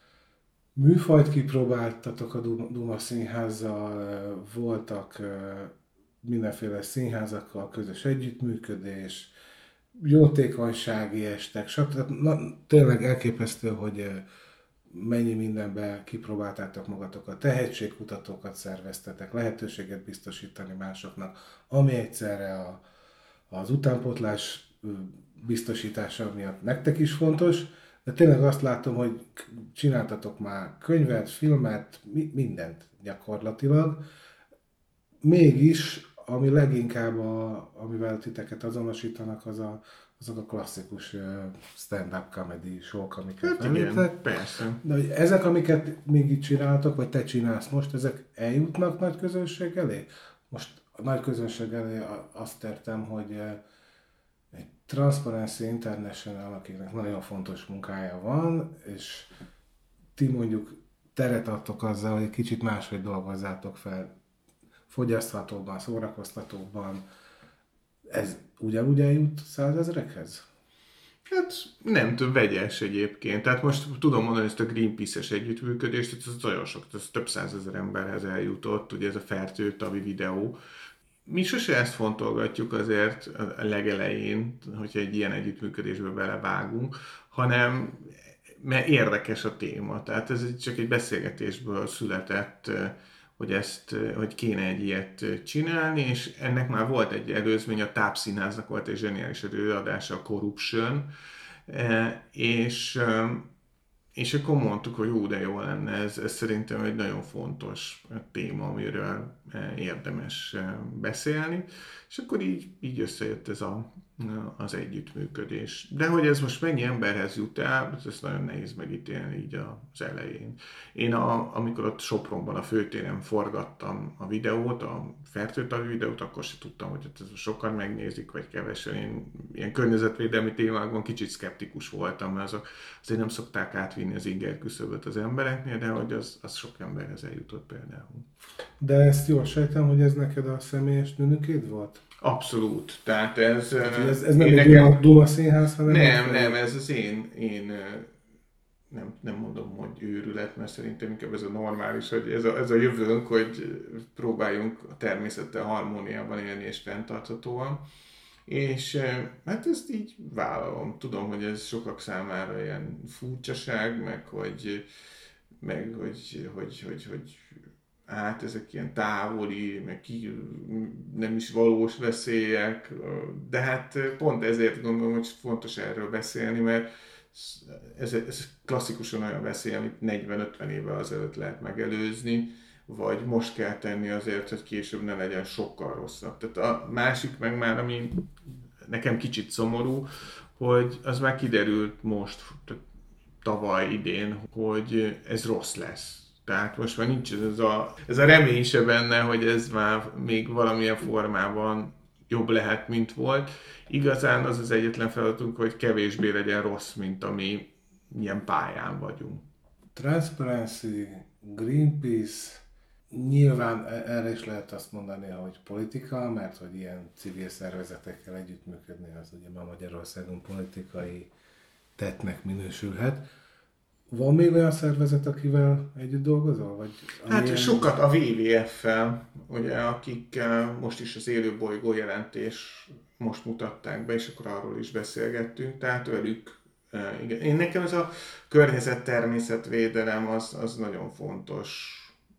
műfajt kipróbáltatok a Duma Színházzal, voltak mindenféle színházakkal közös együttműködés, jótékonysági estek, stb. Tényleg elképesztő, hogy mennyi mindenben kipróbáltátok magatokat, tehetségkutatókat szerveztetek, lehetőséget biztosítani másoknak, ami egyszerre az utánpótlás biztosítása miatt nektek is fontos, de tényleg azt látom, hogy csináltatok már könyvet, filmet, mindent gyakorlatilag. Mégis, ami leginkább, amivel titeket azonosítanak, azok a klasszikus stand-up comedy show-k, amiket említettek. Persze. De hogy ezek, amiket még itt csináltok, vagy te csinálsz most, ezek eljutnak nagy közönség elé? Most a nagy közönség elé azt értem, hogy egy Transparency International, akinek nagyon fontos munkája van, és ti mondjuk teret adtok azzal, hogy egy kicsit máshogy dolgozzátok fel, fogyaszthatóbban, szórakoztatóbban. Ez ugyanúgy eljut 100 000-ekhez? Hát nem tudom, vegyes egyébként. Tehát most tudom mondani ezt a Greenpeace-es együttműködést, ez nagyon sok, ez több 100 000 emberhez eljutott, ugye ez a fertőtavi videó. Mi sose ezt fontolgatjuk azért a legelején, hogyha egy ilyen együttműködésbe belevágunk, hanem mert érdekes a téma. Tehát ez csak egy beszélgetésből született, hogy kéne egy ilyet csinálni, és ennek már volt egy előzmény, a Tápszínháznak volt egy zseniális előadása, a Corruption, és akkor mondtuk, hogy de jó lenne, ez szerintem egy nagyon fontos téma, amiről érdemes beszélni, és akkor így összejött ez az együttműködés. De hogy ez most mennyi emberhez jut el, ez nagyon nehéz megítélni így az elején. Én amikor ott Sopronban a főtéren forgattam a videót, a fertőtavi videót, akkor se tudtam, hogy ez sokan megnézik, vagy kevesen. Én ilyen környezetvédelmi témákban kicsit szkeptikus voltam, mert azok azért nem szokták átvinni az inger küszöböt az embereknél, de hogy az sok emberhez eljutott például. De ezt jól sejtem, hogy ez neked a személyes nőnökéd volt? Abszolút. Tehát ez nem egy Duma Színház, hanem... Nem, ez az én nem mondom, hogy őrület, mert szerintem inkább ez a normális, hogy ez a jövőnk, hogy próbáljunk a természettel harmóniában élni és fenntarthatóan. És hát ezt így vállalom. Tudom, hogy ez sokak számára ilyen furcsaság, meg hogy át ezek ilyen távoli, meg nem is valós veszélyek, de hát pont ezért gondolom, hogy fontos erről beszélni, mert ez klasszikusan olyan veszély, amit 40-50 évvel azelőtt lehet megelőzni, vagy most kell tenni azért, hogy később ne legyen sokkal rosszabb. Tehát a másik meg már, ami nekem kicsit szomorú, hogy az már kiderült most, tavaly, idén, hogy ez rossz lesz. Tehát most már nincs ez a remény se benne, hogy ez már még valamilyen formában jobb lehet, mint volt. Igazán az az egyetlen feladatunk, hogy kevésbé legyen rossz, mint ami milyen pályán vagyunk. Transparency, Greenpeace, nyilván erre is lehet azt mondani, hogy politika, mert hogy ilyen civil szervezetekkel együttműködni, az ugye már Magyarországon politikai tettnek minősülhet. Van még olyan szervezet, akivel együtt dolgozol? Vagy Hát sokat a WWF-fel, ugye, akik most is az élő bolygó jelentés most mutatták be, és akkor arról is beszélgettünk, tehát velük, igen. Nekem ez a környezet-természetvédelem az nagyon fontos,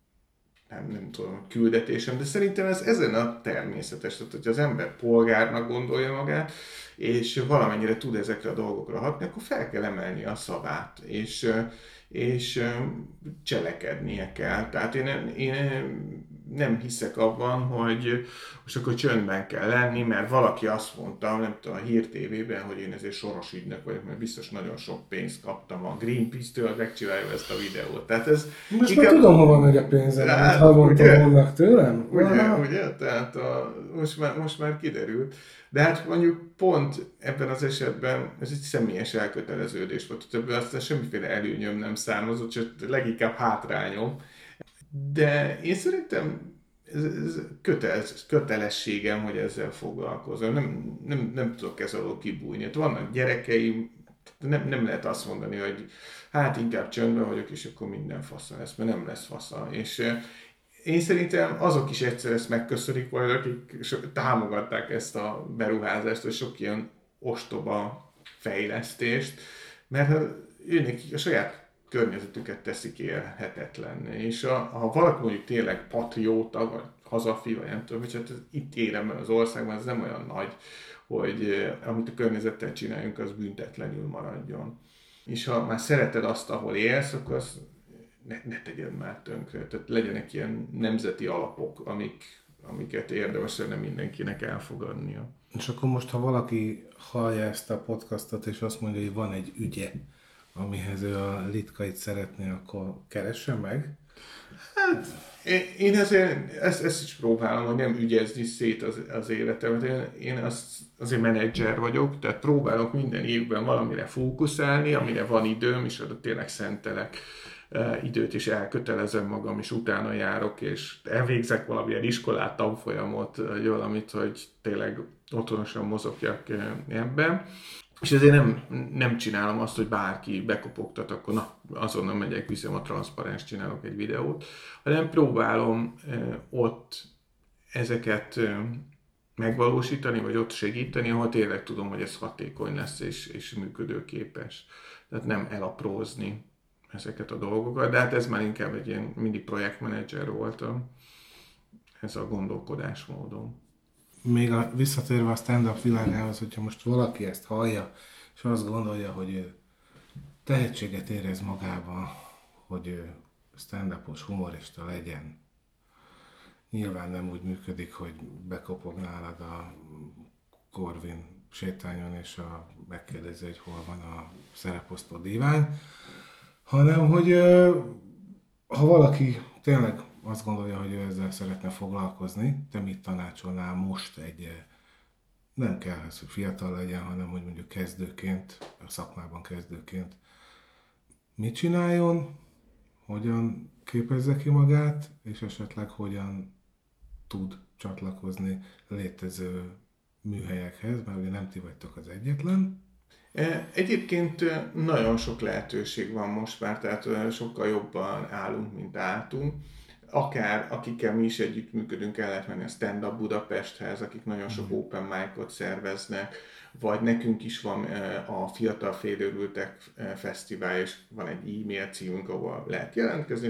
nem tudom, küldetésem, de szerintem ez ezen a természetes, tehát hogy az ember polgárnak gondolja magát, és valamennyire tud ezekre a dolgokra hatni, akkor fel kell emelni a szavát, és cselekednie kell. Tehát én nem hiszek abban, hogy most akkor csöndben kell lenni, mert valaki azt mondta, nem tudom, a Hír TV-ben, hogy én ezért soros ügynök vagyok, mert biztos nagyon sok pénzt kaptam a Greenpeace-től, megcsinálja ezt a videót. Tehát ez most már tudom, hova megy a pénzem, hát, havonta vannak tőlem. Ugye? Tehát most már kiderült. De hát mondjuk pont ebben az esetben ez egy személyes elköteleződés volt. Ebből aztán semmiféle előnyöm nem származott, csak leginkább hátrányom. De én szerintem ez kötelességem, hogy ezzel foglalkozom. Nem tudok ez alól kibújni. Vannak gyerekeim, nem lehet azt mondani, hogy hát inkább csöndben vagyok, és akkor minden fasza lesz, mert nem lesz fasza. És én szerintem azok is egyszer ezt megköszönik majd, akik támogatták ezt a beruházást, vagy sok ilyen ostoba fejlesztést, mert őnek a saját környezetüket teszik élhetetlenné. És ha valaki mondjuk tényleg patrióta, vagy hazafi, vagy nem tudom, hogy hát itt élem az országban, ez nem olyan nagy, hogy amit a környezettel csináljunk, az büntetlenül maradjon. És ha már szereted azt, ahol élsz, akkor az ne tegyen már tönkre. Tehát legyenek ilyen nemzeti alapok, amiket érdemes lenne mindenkinek elfogadnia. És akkor most, ha valaki hallja ezt a podcastot, és azt mondja, hogy van egy ügye, amihez ő a Litkait szeretné, akkor keressen meg? Hát, én ezt is próbálom, hogy nem ügyezni szét az életemet. Én azért menedzser vagyok, tehát próbálok minden évben valamire fókuszálni, amire van időm, és oda tényleg szentelek időt, és elkötelezem magam, és utána járok, és elvégzek valamilyen iskolát, tanfolyamot, vagy valamit, hogy tényleg otthonosan mozogjak ebben. És ezért nem csinálom azt, hogy bárki bekopogtat, akkor na, azonnal megyek, viszem a transzparens, csinálok egy videót, hanem próbálom ott ezeket megvalósítani, vagy ott segíteni, ahol tényleg tudom, hogy ez hatékony lesz, és működőképes. Tehát nem elaprózni ezeket a dolgokat, de hát ez már inkább egy ilyen mindig projektmenedzser voltam, ez a gondolkodásmódom. Még visszatérve a stand-up világához, hogyha most valaki ezt hallja, és azt gondolja, hogy ő tehetséget érez magában, hogy ő stand-upos humorista legyen. Nyilván nem úgy működik, hogy bekopog nálad a Corvin sétányon, és megkérdezi, hogy hol van a szereposztó divány, hanem, hogy ha valaki tényleg azt gondolja, hogy ő ezzel szeretne foglalkozni, te mit tanácsolnál most nem kell, hogy fiatal legyen, hanem hogy mondjuk kezdőként, a szakmában kezdőként, mit csináljon, hogyan képezze ki magát, és esetleg hogyan tud csatlakozni létező műhelyekhez, mert ugye nem ti vagytok az egyetlen. Egyébként nagyon sok lehetőség van most már, tehát sokkal jobban állunk, mint álltunk. Akár akikkel mi is együttműködünk, el lehet menni a Stand Up Budapesthez, akik nagyon sok open mic-ot szerveznek, vagy nekünk is van a Fiatal Félőrültek Fesztivál, és van egy e-mail címünk, ahol lehet jelentkezni, és ott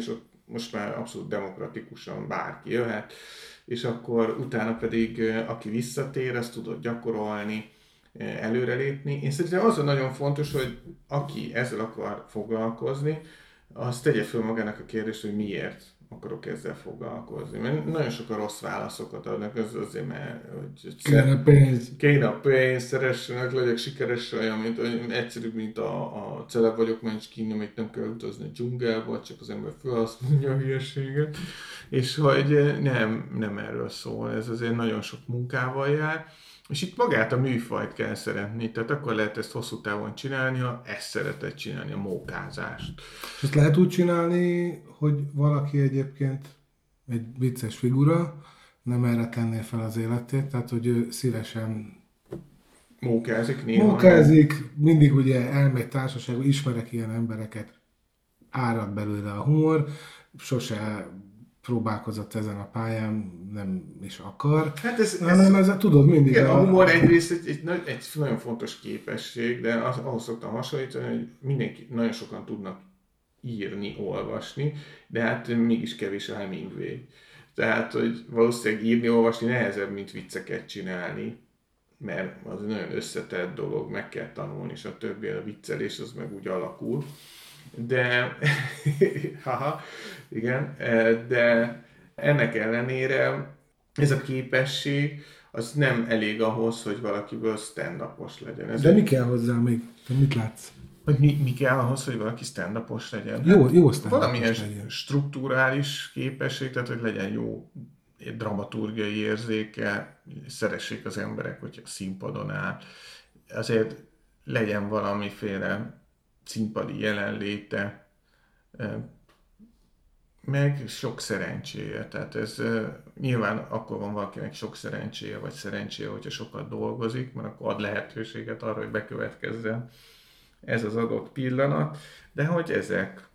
most már abszolút demokratikusan bárki jöhet, és akkor utána pedig aki visszatér, azt tudod gyakorolni, előrelépni. Én szerintem az a nagyon fontos, hogy aki ezzel akar foglalkozni, az tegye föl magának a kérdést, hogy miért akarok ezzel foglalkozni. Mert nagyon sokan rossz válaszokat adnak, az azért, mert kéne a pénz, szeressenek, legyek sikeres, olyan, mint egyszerűbb, mint a celeb vagyok, mert kínom, nem kell utazni a dzsungelbe, csak az ember föl azt mondja a hülyeséget. És hogy nem erről szól, ez azért nagyon sok munkával jár. És itt magát a műfajt kell szeretni, tehát akkor lehet ezt hosszú távon csinálni, ha ezt szeretett csinálni, a mókázást. És ezt lehet úgy csinálni, hogy valaki egyébként egy vicces figura, nem erre tenné fel az életét, tehát hogy ő szívesen mókázik néha. Mókázik, mindig ugye elmegy társaságba, ismerek ilyen embereket, árad belőle a humor, sose próbálkozott ezen a pályán, nem is akar. Hát ez tudod, mindig... Igen, a humor egyrészt egy nagyon fontos képesség, de ahhoz szoktam hasonlítani, hogy mindenki, nagyon sokan tudnak írni, olvasni, de hát mégis kevés a Hemingway. Tehát, hogy valószínűleg írni, olvasni nehezebb, mint vicceket csinálni, mert az nagyon összetett dolog, meg kell tanulni, és a többi, a viccelés az meg úgy alakul. De, haha, igen, de ennek ellenére ez a képesség, az nem elég ahhoz, hogy valakiből stand-upos legyen. De mi kell hozzá még? Te mit látsz? Hogy mi kell ahhoz, hogy valaki stand-upos legyen? Jó stand-upos valamilyen legyen. Strukturális képesség, tehát hogy legyen jó dramaturgiai érzéke, szeressék az emberek, hogyha színpadon áll. Azért legyen valamiféle színpadi jelenléte, meg sok szerencséje. Tehát ez nyilván akkor van valakinek sok szerencséje, vagy szerencséje, hogyha sokat dolgozik, mert akkor ad lehetőséget arra, hogy bekövetkezzen ez az adott pillanat. De hogy ezek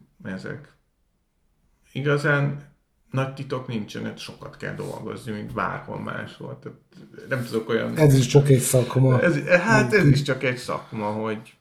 igazán nagy titok nincsen, sokat kell dolgozni, mint bárhol máshol. Tehát nem tudok olyan... Ez is csak egy szakma. Ez is csak egy szakma, hogy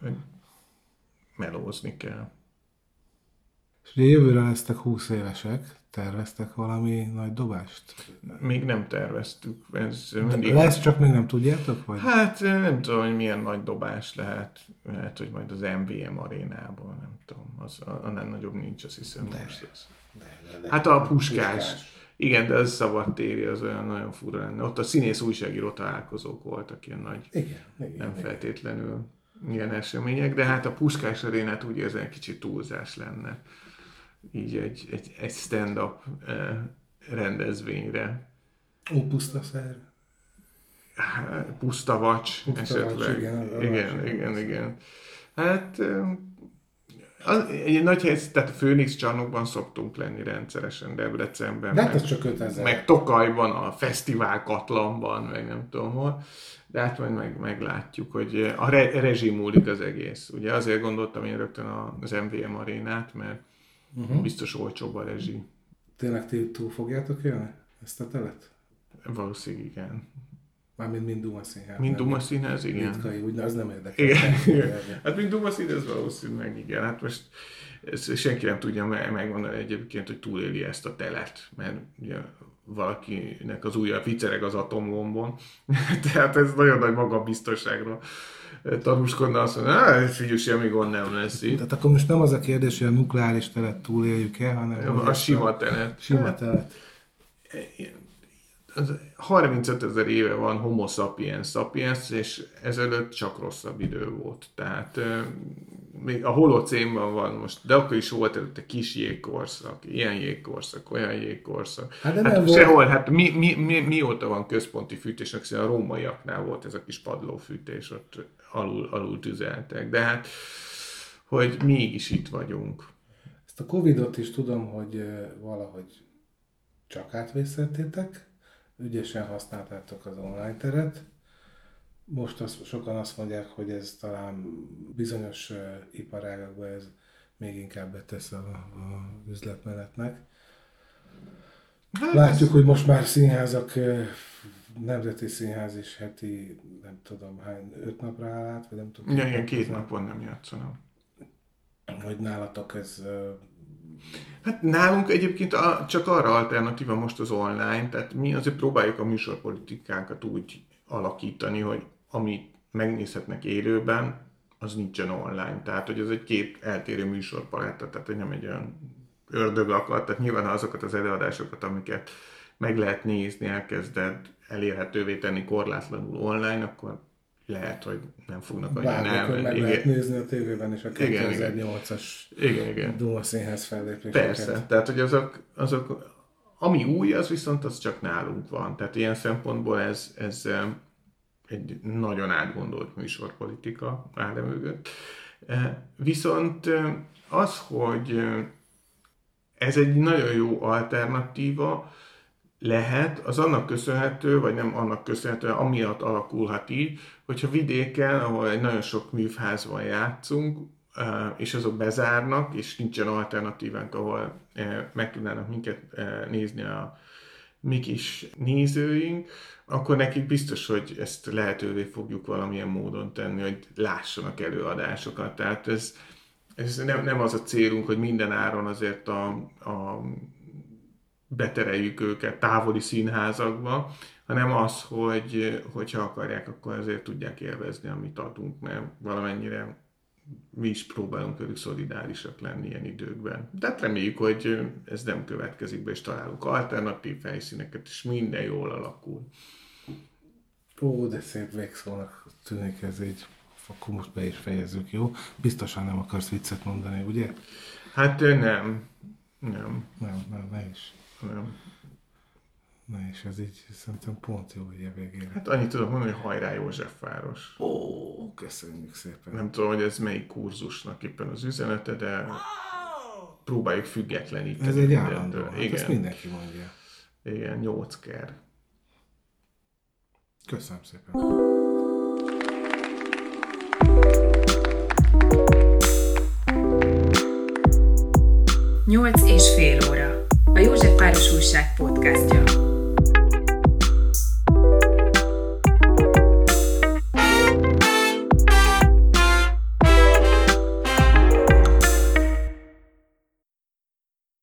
melózni kell. És jövőre lesztek 20 évesek, terveztek valami nagy dobást? Még nem terveztük. Lesz, csak még nem tudjátok? Vagy? Hát nem tudom, hogy milyen nagy dobás lehet. Lehet, hogy majd az MVM arénából, nem tudom. Annál nagyobb nincs, azt hiszem. Hát a Puskás. Igen, de az szabadtéri, az olyan nagyon fura lenne. Ott a színész újságíró találkozók voltak ilyen nagy, nem feltétlenül ilyen események, de hát a Puskás arénát úgy érzem, egy kicsit túlzás lenne. Így egy stand-up rendezvényre. Puszta szer. Puszta vacs esetleg. Igen. Hát egy nagy helyzet, tehát a Főnix csarnokban szoktunk lenni rendszeresen, Debrecenben. De hát ez csak 5000. Meg Tokajban, a Fesztivál Katlanban, meg nem tudom hol. De hát majd meglátjuk, hogy a rezsim múlik az egész. Ugye azért gondoltam én rögtön az MVM arénát, mert biztos olcsóbb a rezsi. Tényleg ti túl fogjátok élni ezt a telet? Valószínűleg igen. Mármint mind Duma Színház. Mind Duma Színház, igen. Litkai, úgy, az nem érdekel. Igen. Hát mind Duma Színház valószínűleg igen. Hát most senki nem tudja megmondani egyébként, hogy túléli ezt a telet, mert ugye valakinek az ujja vicereg az atomlombon. Tehát ez nagyon nagy magabiztosságra tanúskodna, azt mondja, figyelj, semmi gond nem lesz itt. Tehát akkor most nem az a kérdés, hogy a nukleáris telet túléljük-e, hanem a sima telet. Sima telet. 35 000 éve van Homo sapiens, és ezelőtt csak rosszabb idő volt. Tehát még a holocénban van most, de akkor is volt előtte kis jégkorszak, ilyen jégkorszak, olyan jégkorszak. Hát sehol, hát mióta van központi fűtés, a rómaiaknál volt ez a kis padlófűtés, ott alul tüzeltek, de hát, hogy mégis itt vagyunk. Ezt a Covidot is tudom, hogy valahogy csak átvészeltétek, ügyesen használtátok az online teret. Most sokan azt mondják, hogy ez talán bizonyos iparágakban ez még inkább betesz a üzletmenetnek. Hát látjuk, hogy most már színházak, Nemzeti Színház is heti, nem tudom hány, 5 napra áll át, vagy nem tudom. Igen, 2 napon nem játszanak. Hogy nálatok ez Hát nálunk egyébként csak arra alternatíva most az online, tehát mi azért próbáljuk a műsorpolitikánkat úgy alakítani, hogy amit megnézhetnek élőben, az nincsen online. Tehát, hogy ez egy két eltérő műsorpaletta, tehát hogy nem egy olyan ördögakat, tehát nyilván ha azokat az előadásokat, amiket meg lehet nézni, elkezded elérhetővé tenni korlátlanul online, akkor lehet, hogy nem fognak olyan elmenni. Meg lehet nézni a tévében is a 2008-as Duma Színház fellépéseket. Persze, tehát hogy azok, ami új, az viszont az csak nálunk van. Tehát ilyen szempontból ez egy nagyon átgondolt műsorpolitika áll mögött. Viszont az, hogy ez egy nagyon jó alternatíva lehet, az annak köszönhető, vagy nem annak köszönhető, amiatt alakulhat így, hogyha vidéken, ahol egy nagyon sok művházban játszunk, és azok bezárnak, és nincsen alternatívánk, ahol meg tudnának minket nézni a mi kis nézőink, akkor nekik biztos, hogy ezt lehetővé fogjuk valamilyen módon tenni, hogy lássanak előadásokat. Tehát ez nem az a célunk, hogy minden áron azért betereljük őket távoli színházakba, hanem az, hogy ha akarják, akkor azért tudják élvezni, amit adunk, mert valamennyire mi is próbálunk velük szolidárisak lenni ilyen időkben. De hát reméljük, hogy ez nem következik be, és találunk alternatív helyszíneket, és minden jól alakul. Ó, de szép végszónak tűnik ez így. Akkor most be is fejezzük, jó? Biztosan nem akarsz viccet mondani, ugye? Hát nem. Nem, ne is. Nem. Na és ez így szerintem pont jó ugye végére. Hát annyit tudok mondani, hogy hajrá Józsefváros. Ó, köszönjük szépen. Nem tudom, hogy ez melyik kurzusnak éppen az üzenete, de próbáljuk függetleníteni. Ez egy állandó, hát ezt mindenki mondja. Igen, 8 ker. Köszönöm szépen. 8,5 óra. A Józsefváros Újság podcastja.